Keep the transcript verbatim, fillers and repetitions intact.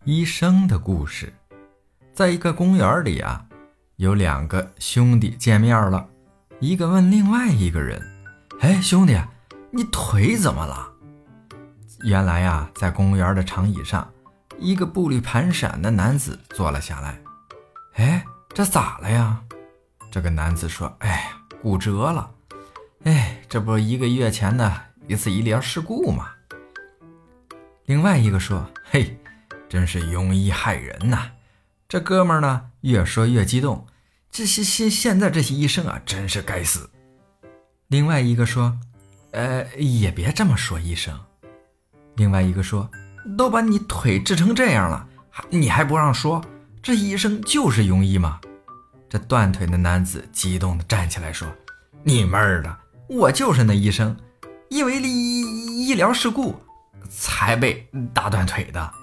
医生的故事。在一个公园里啊，有两个兄弟见面了，一个问另外一个人：哎，兄弟，你腿怎么了？原来啊，在公园的长椅上，一个步履蹒跚的男子坐了下来。哎，这咋了呀？这个男子说：哎呀，骨折了。哎，这不一个月前的一次医疗事故吗？另外一个说：嘿，真是庸医害人呐！这哥们儿呢，越说越激动，这些现现在这些医生啊，真是该死。另外一个说：呃，也别这么说，医生。另外一个说：都把你腿治成这样了，你还不让说？这医生就是庸医吗？这断腿的男子激动地站起来说：你妹儿的，我就是那医生，因为医医疗事故才被打断腿的。